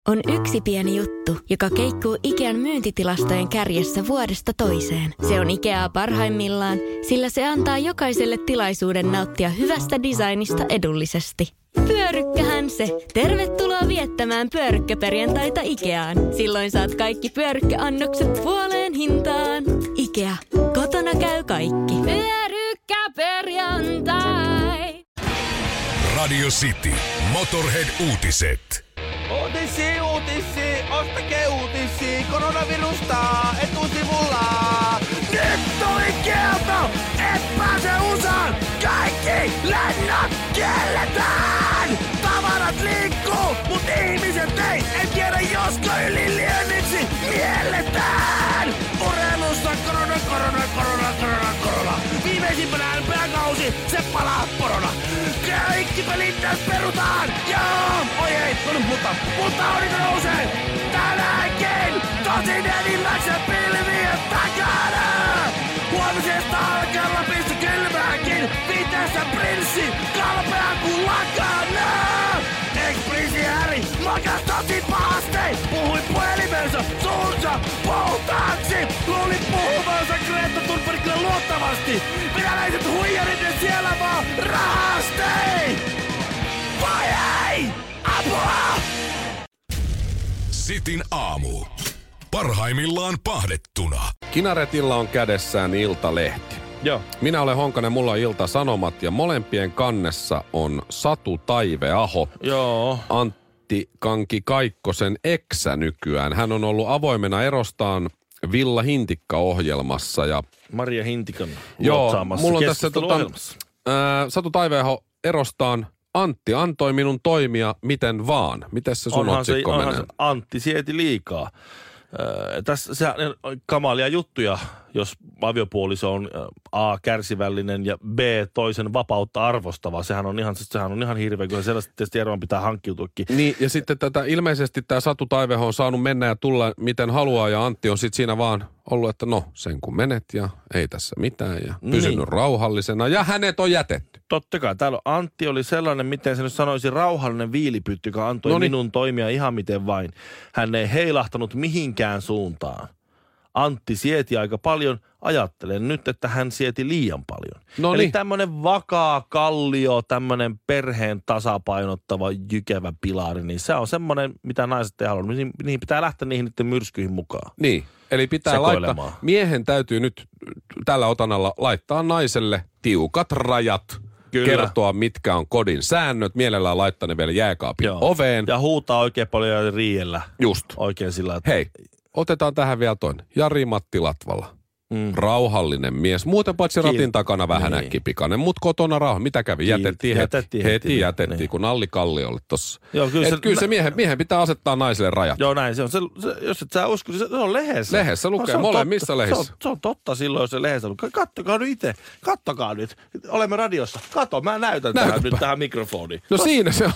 On yksi pieni juttu, joka keikkuu Ikean myyntitilastojen kärjessä vuodesta toiseen. Se on Ikeaa parhaimmillaan, sillä se antaa jokaiselle tilaisuuden nauttia hyvästä designista edullisesti. Pyörykkähän se! Tervetuloa viettämään pyörykkäperjantaita Ikeaan. Silloin saat kaikki pyörykkäannokset puoleen hintaan. Ikea. Kotona käy kaikki. Pyörykkäperjantai! Radio City. Motorhead-uutiset. Uutisi, ostakee uutisi, koronavirusta etusivulla. Nyt tuli kielto, et pääse USAan, kaikki lennot kielletään. Tavarat liikkuu, mut ihmiset ei, en tiedä josko ylilyönniksi mielletään. Urheilussa korona. Viimeisimpänä pääkausi, se palaa porona. Kaikki pelit täs perutaan, joo! Oi ei, mutta aurinko nousee tänäänkin! Tosin enimmäkseen pilvien takana! Huomisesta alkaa Lapissa kylmääkin, Vitessä prinssi, kalpea kuin lakana! Ex-prinssi Harry makas tosi pahasti, puhui puhelimensa suunsa puhtaaksi! Luuli puhuvansa Greta Thunbergille luottavasti, venäläiset huijarit ne siellä vaan rahasti! Vai ei! Apua! Sitin aamu. Parhaimmillaan pahdettuna. Kinaretilla on kädessään Iltalehti. Joo. Minä olen Honkanen, mulla on Ilta-Sanomat ja molempien kannessa on Satu Taiveaho. Joo. Antti Kanki Kaikkosen eksä nykyään. Hän on ollut avoimena erostaan Villa Hintikka-ohjelmassa. Ja Maria Hintikan luotsaamassa mulla on tässä Satu Taiveaho erostaan. Antti antoi minun toimia miten vaan. Miten se sun otsikko menee? Se Antti sieti liikaa. Tässä se on kamalia juttuja, jos aviopuoliso on A, kärsivällinen ja B, toisen vapautta arvostava. Sehän on ihan hirveä, kun sellaista tietysti eroon pitää hankkiutuakin. Niin, ja sitten ilmeisesti tämä Satu Taiveho on saanut mennä ja tulla miten haluaa, ja Antti on sitten siinä vaan ollut, että no, sen kun menet ja ei tässä mitään, ja pysynyt rauhallisena, ja hänet on jätetty. Totta kai. Täällä Antti oli sellainen, miten se nyt sanoisi, rauhallinen viilipytty, joka antoi minun toimia ihan miten vain. Hän ei heilahtanut mihinkään suuntaan. Antti sieti aika paljon. Ajattelen nyt, että hän sieti liian paljon. Eli tämmöinen vakaa kallio, tämmöinen perheen tasapainottava jykevä pilari, niin se on semmoinen, mitä naiset ei halua. Niihin pitää lähteä niihin myrskyihin mukaan. Niin, eli pitää laittaa, miehen täytyy nyt tällä otanalla laittaa naiselle tiukat rajat. Kyllä. Kertoa, mitkä on kodin säännöt, mielellään laittaa ne vielä jääkaapin oveen. Ja huutaa oikein paljon ja riidellä. Just. Oikein sillä, että... Hei, otetaan tähän vielä toinen. Jari-Matti Latvala. Rauhallinen mies. Muuten paitsi ratin takana vähän äkkipikainen, mutta kotona rauha. Mitä kävi? Jätettiin heti, kun Alli Kalliolle tossa. Joo, kyllä se miehen pitää asettaa naiselle rajat. Joo, näin se on. Jos et sä usko, se on lehdessä. Lehdessä lukee, molemmissa lehdissä. Se on totta silloin, jos se lehdessä lukee. Kattokaa nyt. Olemme radiossa. Kato, mä näytän nyt tähän mikrofoniin. No siinä se on.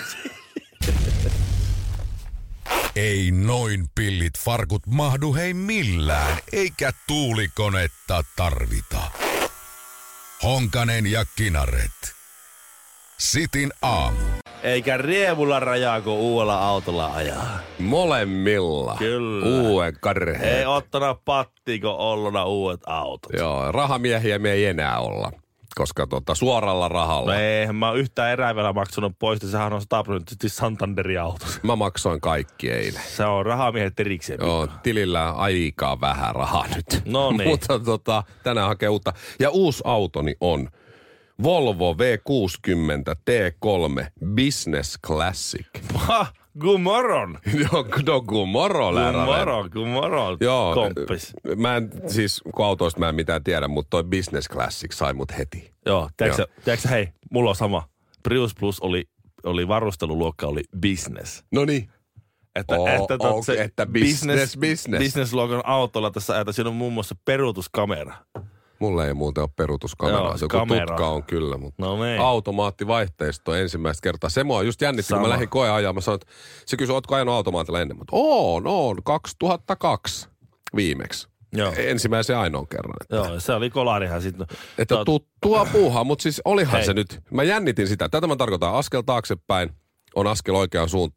Ei noin pillit farkut mahdu hei millään, eikä tuulikonetta tarvita. Honkanen ja Kinaret. Sitin aamu. Eikä riemulla rajaa, kun uudella autolla ajaa. Molemmilla. Kyllä. Uuden karheen. Ei ottanut pattiin, kun olluna uudet autot. Joo, rahamiehiä me ei enää olla. Koska suoralla rahalla. No eihän mä yhtään eräivellä maksanut pois, niin sehän on 100% Santanderin auto. Mä maksoin kaikki eilen. Se on rahamiehet erikseen. Joo, tilillä aika vähän rahaa nyt. No niin. Mutta tänään hakee uutta. Ja uusi autoni on Volvo V60 T3 Business Classic. God morgon! Joo, god morgon, lärare. God morgon, joo, kompis. Mä en, siis kun autoista mä en mitään tiedä, mutta toi Business Classic sai mut heti. Joo, tiedätkö hei, mulla on sama. Prius Plus oli varusteluluokka, oli business. Noniin. Että business. Business-luokan autolla tässä ajata, siinä on muun muassa peruutuskamera. Mulla ei muuten ole peruutuskamera. Se tutka on kyllä, mutta automaattivaihteisto ensimmäistä kertaa. Se mua just jännitti, kun mä lähdin koeajaan. Mä sanoin, että se kysyi, ootko ajanut automaatilla ennen? Mutta on 2002 viimeksi. Joo. Ensimmäisen ainoan kerran. Että. Joo, se oli kolarihan sitten. Että tuttua puuhaa, mutta siis olihan se nyt. Mä jännitin sitä. Tätä mä tarkoitan askel taaksepäin, on askel oikeaan suuntaan.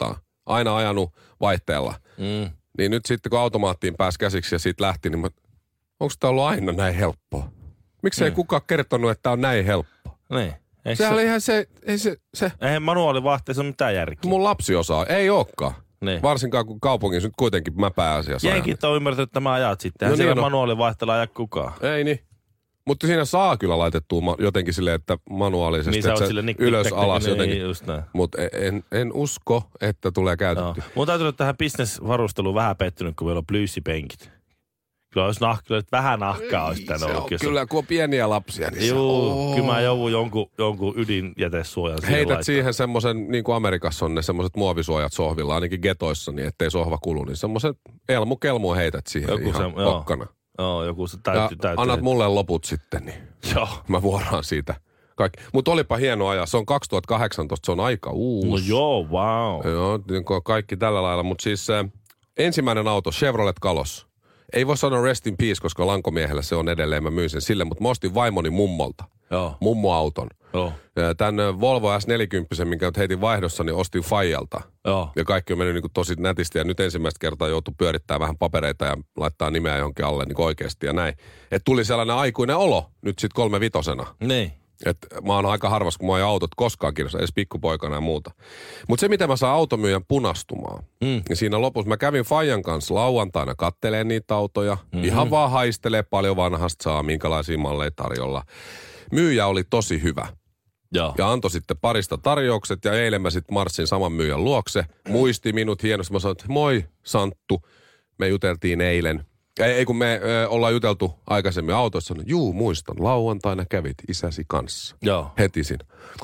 aina ajanut vaihteella. Niin nyt sitten kun automaattiin pääsi käsiksi ja siitä lähti, niin onko tämä ollut aina näin helppoa? Miksi ei kukaan kertonut, että tämä on näin helppoa? Niin. Sehän oli ihan se... Eihän manuaalivaihteessa ole mitään järkeä. Mun lapsi osaa. Ei olekaan. Niin. Varsinkaan kun kaupungissa nyt kuitenkin mä pääasiassa ajan. Jenkit on ymmärtänyt, että mä ajat sitten. Eihän siellä manuaalivaihteella aja kukaan. Ei niin. Mutta siinä saa kyllä laitettua jotenkin silleen, että manuaalisesti, niin että se ylös alas jotenkin. Mutta en usko, että tulee käytetty. Mun täytyy olla tähän business-varusteluun vähän pettynyt, kun meillä on plyyssipenkit. Kyllä olisi vähän nahkaa olisi tänne oikein. Kyllä, kun on pieniä lapsia, niin kyllä mä joudun jonkun ydinjätesuojan siihen heität laittaa. siihen semmoisen, niin kuin Amerikassa on ne semmoiset muovisuojat sohvilla, ainakin getoissa, niin ettei sohva kulu, niin semmoisen elmu heität siihen joku ihan pokkana. Joo, joku se täytyy. Annat mulle loput sitten, niin mä vuoraan siitä kaikki. Mutta olipa hieno ajaa. Se on 2018, se on aika uusi. No joo, wow. Joo, niin kaikki tällä lailla. Mutta siis ensimmäinen auto, Chevrolet Kalos. Ei voi sanoa rest in peace, koska lankomiehellä se on edelleen, mä myin sen sille, mutta mä ostin vaimoni mummolta. Joo. Mummoauton. Joo. Tän Volvo S40, minkä nyt heitin vaihdossa, niin ostin Fajalta. Joo. Ja kaikki on mennyt niin kuin tosi nätisti ja nyt ensimmäistä kertaa joutuu pyörittämään vähän papereita ja laittaa nimeä johonkin alle niin oikeasti ja näin. Että tuli sellainen aikuinen olo nyt sit 3-vitosena. Niin. Että mä oon aika harvas, kun mua ei autot koskaan kiinnosta, edes pikkupoikana ja muuta. Mutta se, miten mä saan automyyjän punastumaan, niin siinä lopussa mä kävin Fajan kanssa lauantaina katteleen niitä autoja. Ihan vaan haistelee paljon vanhasta saa, minkälaisia malleja tarjolla. Myyjä oli tosi hyvä. Joo. Ja antoi sitten parista tarjoukset ja eilen mä sitten marssin saman myyjän luokse. Muisti minut hienosti. Mä sanoin, että moi Santtu, me juteltiin eilen. Ei kun me ollaan juteltu aikaisemmin autossa. Juu, muistan, lauantaina kävit isäsi kanssa. Joo. Heti siinä.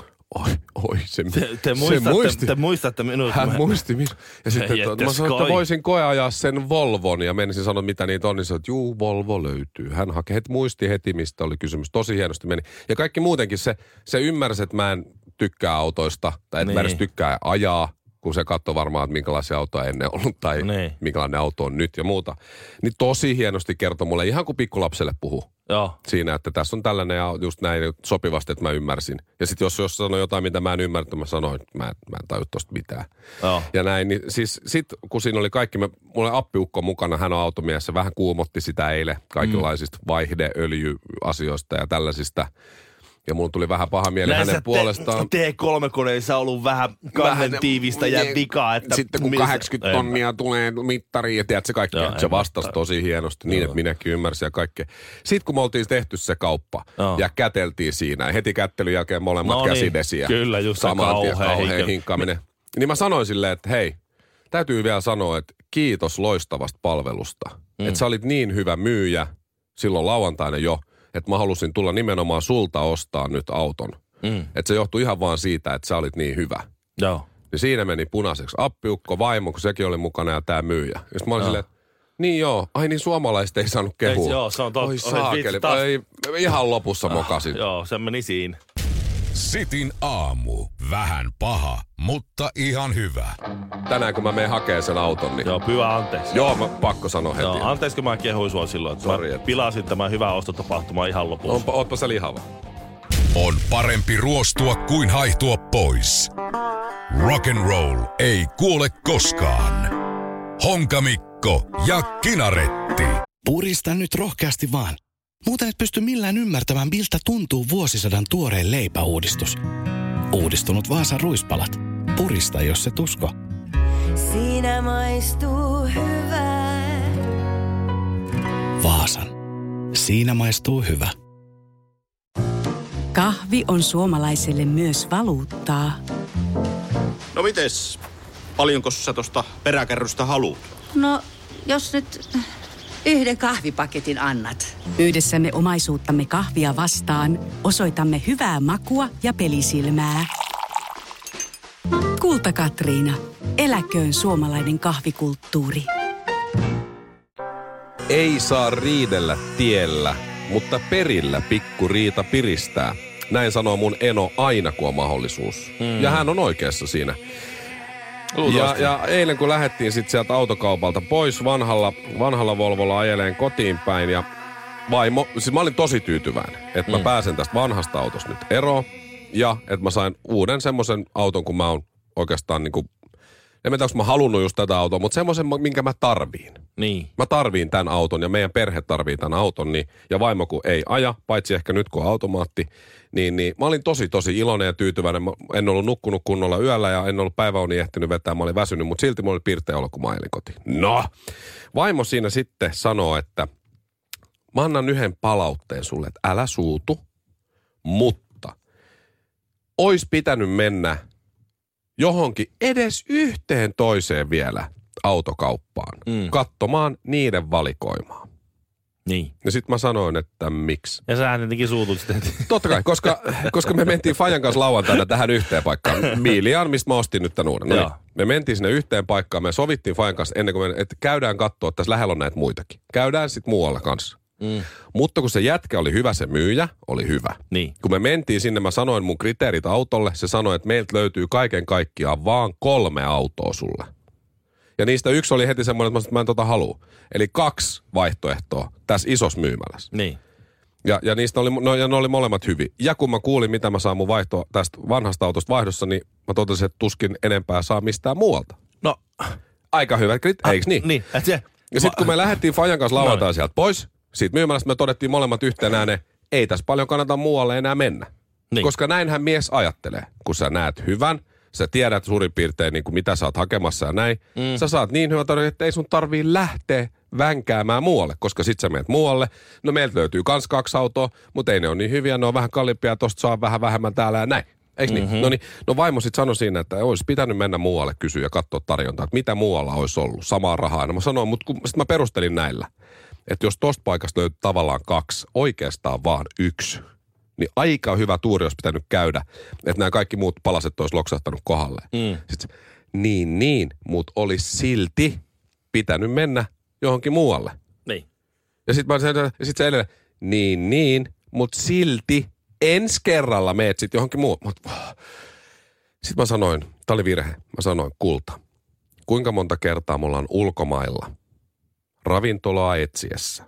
Oi, se Te muistatte minut. Hän muisti minut. Ja sitten mä sanoin, että voisin koeajaa sen Volvon. Ja menisin sanoa, mitä niitä on. Niin sanoin, että juu, Volvo löytyy. Hän muisti heti, mistä oli kysymys. Tosi hienosti meni. Ja kaikki muutenkin se ymmärsi, että mä en tykkää autoista. Tai että mä edes tykkää ajaa. Kun se katsoi varmaan, että minkälaisia autoja ennen ollut tai minkälainen auto on nyt ja muuta. Niin tosi hienosti kertoi mulle, ihan kuin pikkulapselle puhuu. Joo. Siinä, että tässä on tällainen ja just näin sopivasti, että mä ymmärsin. Ja sitten jos sanoi jotain, mitä mä en ymmärtänyt, mä sanoin, että mä en taju tosta mitään. Joo. Ja näin, niin siis sit kun siinä oli kaikki, mulla oli appiukko mukana, hän on automies, se vähän kuumotti sitä eilen kaikenlaisista vaihde-öljyasioista ja tällaisista. Ja mulla tuli vähän paha mieli hänen puolestaan. T3-koneissa on ollut vähän kannentiivistä ja vikaa. Että sitten kun 80 tonnia tulee mittariin ja tiedät se kaikki. Se vastasi tosi hienosti niin, että minäkin ymmärsin ja kaikkea. Sitten kun me oltiin tehty se kauppa ja käteltiin siinä. Ja heti kättelyn jälkeen molemmat käsidesiä. Kyllä, just saman tien kauhean hinkkaaminen. Niin mä sanoin silleen, että hei, täytyy vielä sanoa, että kiitos loistavasta palvelusta. Että sä olit niin hyvä myyjä silloin lauantaina jo. Että mä halusin tulla nimenomaan sulta ostaa nyt auton. Että se johtui ihan vaan siitä, että sä olit niin hyvä. Joo. Ja siinä meni punaiseksi appiukko, vaimo, kun sekin oli mukana ja tää myyjä. Ja sitten mä olin silleen, niin joo, ai niin suomalaiset ei saanut kehua. Joo, se on totta. Oi saakeli, ihan lopussa mokasin. Joo, se meni siinä. Sitin aamu. Vähän paha, mutta ihan hyvä. Tänään kun mä menen hakemaan sen auton, niin... Joo, pyydä anteeksi. Joo, mä pakko sanoa heti. Joo, anteeksi kun mä kehuin sua silloin, että sorry, mä pilasin tämän hyvän ostotapahtuman ihan lopussa. Ootpa sä lihava. On parempi ruostua kuin haihtua pois. Rock and roll ei kuole koskaan. Honkamikko ja Kinaretti. Purista nyt rohkeasti vaan. Muuten et pysty millään ymmärtämään, miltä tuntuu vuosisadan tuoreen leipäuudistus. Uudistunut Vaasan ruispalat. Purista, jos et usko. Siinä maistuu hyvää. Vaasan. Siinä maistuu hyvä. Kahvi on suomalaiselle myös valuuttaa. No mites? Paljonko sä tosta peräkärrystä haluat? No, jos nyt yhden kahvipaketin annat. Yhdessä me omaisuuttamme kahvia vastaan osoitamme hyvää makua ja pelisilmää. Kulta Katriina. Eläköön suomalainen kahvikulttuuri. Ei saa riidellä tiellä, mutta perillä pikku riita piristää. Näin sanoo mun eno aina, kun on mahdollisuus. Ja hän on oikeassa siinä. Ja eilen kun lähdettiin sitten sieltä autokaupalta pois vanhalla Volvolla ajeleen kotiin päin ja vaimo, siis mä olin tosi tyytyväinen, että mä pääsen tästä vanhasta autosta nyt eroon ja että mä sain uuden semmoisen auton, kun mä oon oikeastaan niinku en tiedä, onko mä halunnut just tätä autoa, mutta semmoisen, minkä mä tarviin. Niin. Mä tarviin tämän auton ja meidän perhe tarvii tämän auton, niin, ja vaimo kun ei aja, paitsi ehkä nyt kun on automaatti, niin mä olin tosi iloinen ja tyytyväinen. Mä en ollut nukkunut kunnolla yöllä ja en ollut päiväuni ehtinyt vetää, mä olin väsynyt, mutta silti mulla oli pirteä olo, kun mä ajelin kotiin. No, vaimo siinä sitten sanoo, että mä annan yhden palautteen sulle, että älä suutu, mutta ois pitänyt mennä johonkin edes yhteen toiseen vielä autokauppaan, katsomaan niiden valikoimaa. Niin. Ja sit mä sanoin, että miksi. Ja sähän jotenkin suutut sitten. Totta kai, koska me mentiin Fajan kanssa lauantaina tähän yhteen paikkaan. Miiliaan, mistä mä ostin nyt tän uuden. No niin, me mentiin sinne yhteen paikkaan, me sovittiin Fajan kanssa ennen kuin että käydään katsoa, että tässä lähellä on näitä muitakin. Käydään sit muualla kanssa. Mutta kun se jätkä oli hyvä, se myyjä oli hyvä. Niin. Kun me mentiin sinne, mä sanoin mun kriteerit autolle, se sanoi, että meiltä löytyy kaiken kaikkiaan vaan 3 autoa sulle. Ja niistä yksi oli heti semmoinen, että mä en halua. Eli 2 vaihtoehtoa tässä isossa myymälässä. Niin. Ja niistä oli, ne oli molemmat hyviä. Ja kun mä kuulin, mitä mä saan mun vaihtoa tästä vanhasta autosta vaihdossa, niin mä totesin, että tuskin enempää saa mistään muualta. No. Aika hyvä, eikö niin? Niin. Ja sitten kun me lähdettiin Fajan kanssa lauantaina sieltä pois, siitä myymälästä me todettiin molemmat yhteen ääneen, ei tässä paljon kannata muualle enää mennä. Niin. Koska näinhän mies ajattelee, kun sä näet hyvän, sä tiedät suurin piirtein niin kuin mitä sä oot hakemassa ja näin. Sä saat niin hyvän tarjouksen, että ei sun tarvii lähteä vänkäämään muualle, koska sit sä menet muualle. No meiltä löytyy kans 2 autoa, mutta ei ne ole niin hyviä, ne on vähän kalliimpia, tosta saa vähän vähemmän täällä ja näin. Eiks niin? No vaimo sit sanoi siinä, että olisi pitänyt mennä muualle kysyä ja katsoa tarjontaa, että mitä muualla olisi ollut, samaa rahaa. No mä sanoin, mutta sit mä perustelin näillä, että jos tosta paikasta löytyy tavallaan 2, oikeastaan vaan 1, niin aika hyvä tuuri olisi pitänyt käydä, että nämä kaikki muut palaset olisi loksahtanut kohdalle. Sitten niin, mutta olisi silti pitänyt mennä johonkin muualle. Niin. Ja sitten se edelleen, niin, mutta silti ensi kerralla meet sitten johonkin muualle. Sitten mä sanoin, tää oli virhe, mä sanoin, kulta, kuinka monta kertaa me ollaan ulkomailla ravintolaa etsiessä.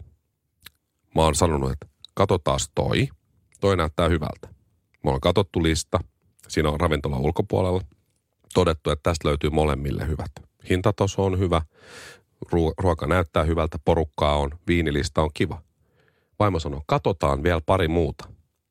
Mä oon sanonut, että katsotaan toi näyttää hyvältä. Me ollaan katsottu lista, siinä on ravintola ulkopuolella, todettu, että tästä löytyy molemmille hyvät. Hintataso on hyvä, ruoka näyttää hyvältä, porukkaa on, viinilista on kiva. Vaimo sanoo, katsotaan vielä pari muuta.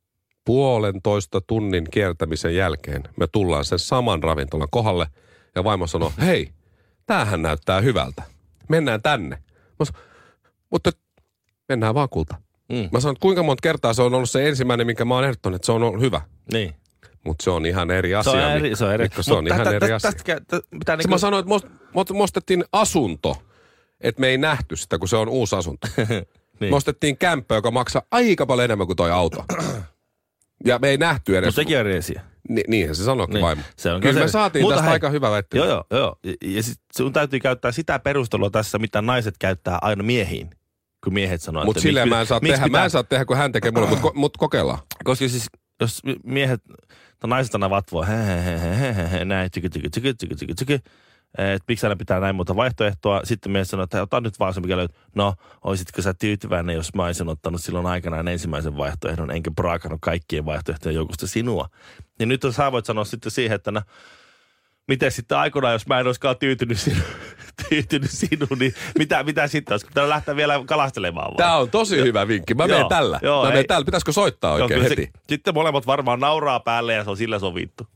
1,5 tunnin kiertämisen jälkeen me tullaan sen saman ravintolan kohdalle ja vaimo sanoo, hei, tämähän näyttää hyvältä. Mennään tänne. Mutta mennään vaan kulta. Mä sanon, että kuinka monta kertaa se on ollut se ensimmäinen, minkä mä oon ehdottanut, että se on ollut hyvä. Niin. Mutta se on ihan eri asia. Se on ihan eri asia. Mä sanoin, että me ostettiin asunto, että me ei nähty sitä, kun se on uusi asunto. Niin. Me ostettiin kämppä, joka maksaa aika paljon enemmän kuin toi auto. Ja me ei nähty edes. Mutta sekin on eri asia. Niinhän se sanoikin vaimo. Kyllä me saatiin tästä aika hyvä väittely. Joo. Ja sit sun täytyy käyttää sitä perustelua tässä, mitä naiset käyttää aina miehiin. Kun miehet sanoo, mutta silleen mä en saa tehdä, kun hän tekee mulle, mutta kokeillaan. Koska siis, jos miehet tai naiset aina vatvoo, näin, tyky, että miksi aina pitää näin muuta vaihtoehtoa. Sitten mies sanoo, että ota nyt vaan se, mikä löytyy. No, olisitko sä tyytyväinen, jos mä olisin ottanut silloin aikanaan ensimmäisen vaihtoehdon, enkä praakannut kaikkien vaihtoehtojen joukosta sinua. Niin nyt sä voit sanoa sitten siihen, että no, miten sitten aikoinaan, jos mä en olisikaan tyytynyt sinuun, niin mitä sitten olisi? Pitää lähteä vielä kalastelemaan vaan. Tämä on tosi hyvä vinkki. Mä menen tällä. Pitäisikö soittaa oikein heti? Sitten molemmat varmaan nauraa päälle ja se on sillä sovittu.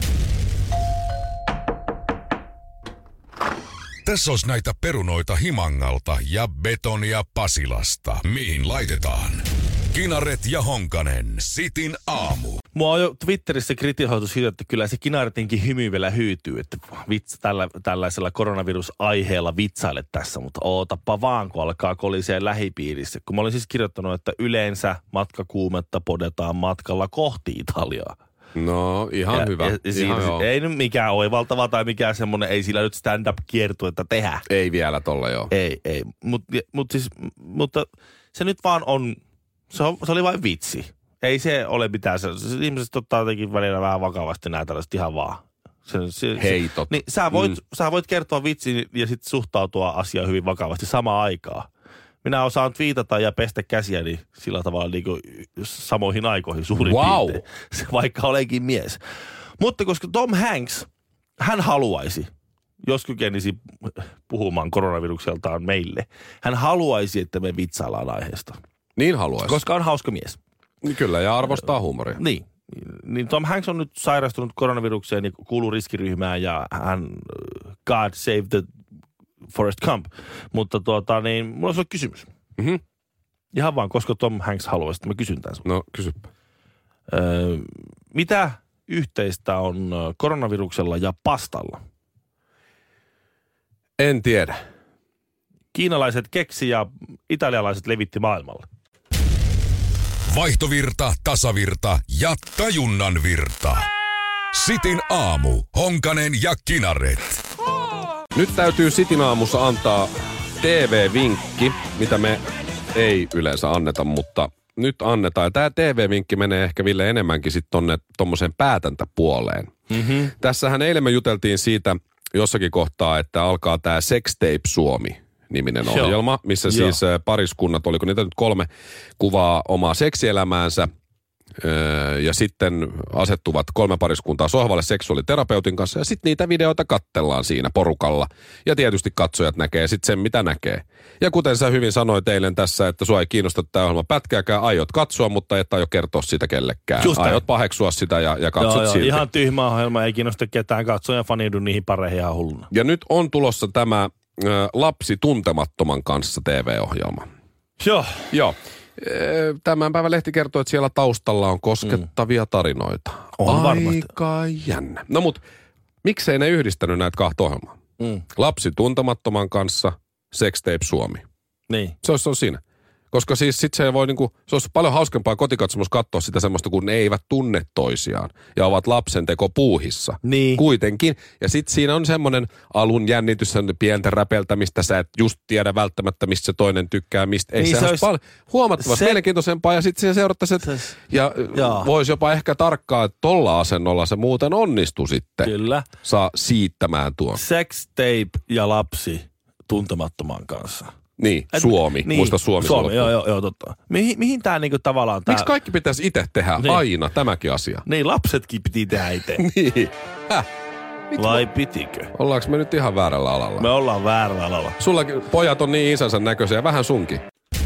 Tässä olisi näitä perunoita Himangalta ja betonia Pasilasta. Mihin laitetaan? Kinaret ja Honkanen, Sitin aamu. Mua on jo Twitterissä kritisoitu siitä, että kyllä se Kinaretinkin hymy vielä hyytyy, että tällaisella koronavirusaiheella vitsaile tässä, mutta ootapa vaan, kun alkaa koliseen lähipiirissä. Kun mä olin siis kirjoittanut, että yleensä matkakuumetta podetaan matkalla kohti Italiaa. No, ihan hyvä. Ei nyt mikään oivaltava tai mikään semmoinen, ei sillä nyt stand-up-kiertuetta tehdä. Ei vielä tolla, joo. Ei. Mutta se nyt vaan on, se oli vain vitsi. Ei se ole mitään. Ihmiset ottaa jotenkin välillä vähän vakavasti näitä tällaiset ihan vaan. Heitot. Niin sä voit kertoa vitsin ja sitten suhtautua asiaan hyvin vakavasti samaan aikaan. Minä osaan twiitata ja pestä käsiäni sillä tavalla niin kuin samoihin aikoihin suurin piirtein. Vaikka olenkin mies. Mutta koska Tom Hanks, hän haluaisi, jos kykenisi puhumaan koronavirukseltaan meille, hän haluaisi, että me vitsaillaan aiheesta. Niin haluaisi. Koska on hauska mies. Kyllä, ja arvostaa huumoria. Niin Tom Hanks on nyt sairastunut koronavirukseen ja kuuluu riskiryhmään ja hän, God save the Forrest Gump. Mutta niin, mulla olisi ollut kysymys. Mm-hmm. Ihan vaan, koska Tom Hanks haluaisi, että mä kysyn tämän sun. No, kysypä. Mitä yhteistä on koronaviruksella ja pastalla? En tiedä. Kiinalaiset keksi ja italialaiset levitti maailmalle. Vaihtovirta, tasavirta ja tajunnan virta. Sitin aamu. Honkanen ja Kinaret. Nyt täytyy Sitin aamussa antaa TV-vinkki, mitä me ei yleensä anneta, mutta nyt annetaan. Ja tämä TV-vinkki menee ehkä Ville enemmänkin sitten tonne tommoseen päätäntäpuoleen. Mm-hmm. Tässähän eilen me juteltiin siitä jossakin kohtaa, että alkaa tämä Sextape Suomi-niminen ohjelma, missä siis pariskunnat, oliko niitä nyt 3, kuvaa omaa seksielämäänsä ja sitten asettuvat 3 pariskuntaa sohvalle seksuaaliterapeutin kanssa ja sitten niitä videoita kattellaan siinä porukalla. Ja tietysti katsojat näkee sitten sen, mitä näkee. Ja kuten sä hyvin sanoit eilen tässä, että sua ei kiinnosta tämä ohjelma pätkääkään, aiot katsoa, mutta et aio kertoa sitä kellekään. Just aiot paheksua sitä ja katsot silti. Ihan tyhmä ohjelma, ei kiinnosta ketään katsoa ja faniudu niihin pareihin ihan hulluna. Ja nyt on tulossa tämä Lapsi tuntemattoman kanssa TV-ohjelma. Joo. Tämän päivän lehti kertoo, että siellä taustalla on koskettavia tarinoita. On varmasti. Aika jännä. No mut, miksei ne yhdistänyt näitä 2 ohjelmaa? Lapsi tuntemattoman kanssa, Sextape Suomi. Niin. Se on siinä. Koska siis sit se voi se olisi paljon hauskempaa kotikatsomus katsoa sitä semmoista, kun ne eivät tunne toisiaan ja ovat lapsenteko puuhissa. Niin. Kuitenkin. Ja sit siinä on semmoinen alun jännitys, pientä räpeltämistä, sä et just tiedä välttämättä, mistä se toinen tykkää, mistä ei. Niin se olisi huomattavasti mielenkiintoisempaa ja sitten siinä seurattaisiin, ja voisi jopa ehkä tarkkaa, että tolla asennolla se muuten onnistuu sitten. Kyllä. Saa siittämään tuon. Sextape ja lapsi tuntemattoman kanssa. Niin, Suomi. Niin, muista Suomi. Joo, totta. Mihin tää niinku tavallaan Miksi kaikki pitäisi itse tehdä aina tämäkin asia? Niin, lapsetkin piti tehdä itse. Niin. Vai pitikö? Ollaanko me nyt ihan väärällä alalla? Me ollaan väärällä alalla. Sullakin pojat on niin isänsä näköisiä, vähän sunkin.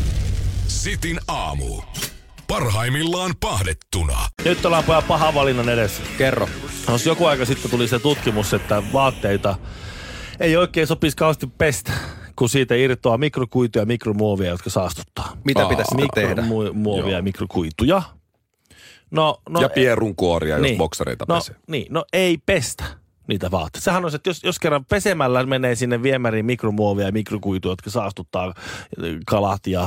Sitin aamu. Parhaimmillaan pahdettuna. Nyt ollaan pojat pahan valinnan edessä. Kerro. Jos joku aika sitten tuli se tutkimus, että vaatteita ei oikein sopisi kauheasti pestä, kun siitä irtoaa mikrokuituja ja mikromuovia, jotka saastuttaa. Mitä pitäisi tehdä? Mikromuovia ja mikrokuituja. Ja pierunkuoria, jos boksereita pesee. No ei pestä niitä vaatteita. Sehän on se, että jos kerran pesemällä menee sinne viemäriin mikromuovia ja mikrokuituja, jotka saastuttaa kalat ja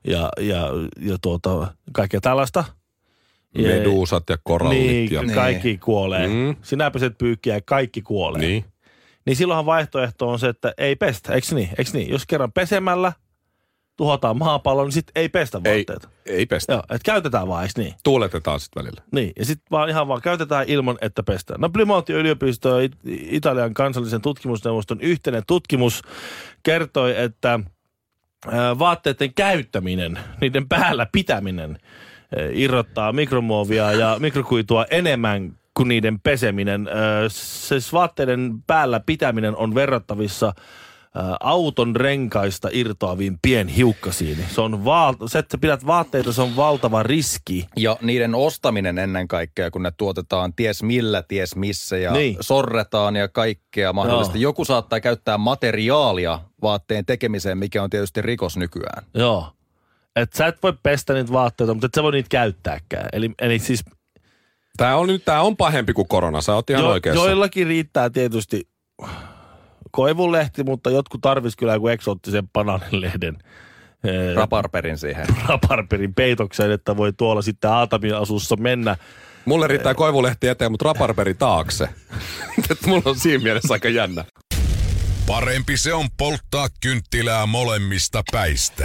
kaikkea tällaista. Meduusat ja korallit. Niin, kaikki kuolee. Sinä peset pyykkiä ja kaikki kuolee. Niin silloinhan vaihtoehto on se, että ei pestä, eikö niin? Jos kerran pesemällä tuhotaan maapallo, niin sitten ei pestä vaatteita. Ei pestä. Joo, että käytetään vaan, eikö niin? Tuuletetaan sitten välillä. Niin, ja sitten ihan vaan käytetään ilman, että pestään. No Plymouthin yliopisto ja Italian kansallisen tutkimusneuvoston yhteinen tutkimus kertoi, että vaatteiden käyttäminen, niiden päällä pitäminen irrottaa mikromuovia ja mikrokuitua enemmän kuin niiden peseminen. Siis vaatteiden päällä pitäminen on verrattavissa auton renkaista irtoaviin pienhiukkasiin. Se, että pidät vaatteita, se on valtava riski. Ja niiden ostaminen ennen kaikkea, kun ne tuotetaan ties millä, ties missä ja sorretaan ja kaikkea mahdollisesti. Joo. Joku saattaa käyttää materiaalia vaatteen tekemiseen, mikä on tietysti rikos nykyään. Joo. Että sä et voi pestä niitä vaatteita, mutta et sä voi niitä käyttääkään. Eli siis Tämä on pahempi kuin korona, sä oot ihan oikeassa. Joillakin riittää tietysti koivunlehti, mutta jotkut tarvitsisi kyllä joku eksoottisen bananilehden. Raparperin siihen. Raparperin peitokseen, että voi tuolla sitten Aatamin asussa mennä. Mulle riittää koivulehti eteen, mutta raparperi taakse. Mulla on siinä mielessä aika jännä. Parempi se on polttaa kynttilää molemmista päistä.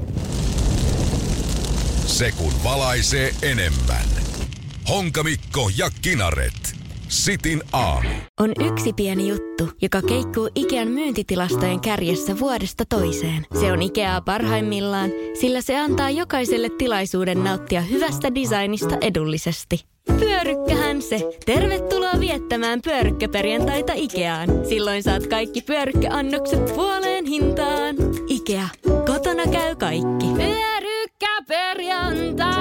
Se kun valaisee enemmän. Honkamikko ja Kinaret. Sitin aamu. On yksi pieni juttu, joka keikkuu Ikean myyntitilastojen kärjessä vuodesta toiseen. Se on Ikeaa parhaimmillaan, sillä se antaa jokaiselle tilaisuuden nauttia hyvästä designista edullisesti. Pyörykkähän se. Tervetuloa viettämään pyörykkäperjantaita Ikeaan. Silloin saat kaikki pyörykkäannokset puoleen hintaan. Ikea. Kotona käy kaikki. Pyörykkäperjantai.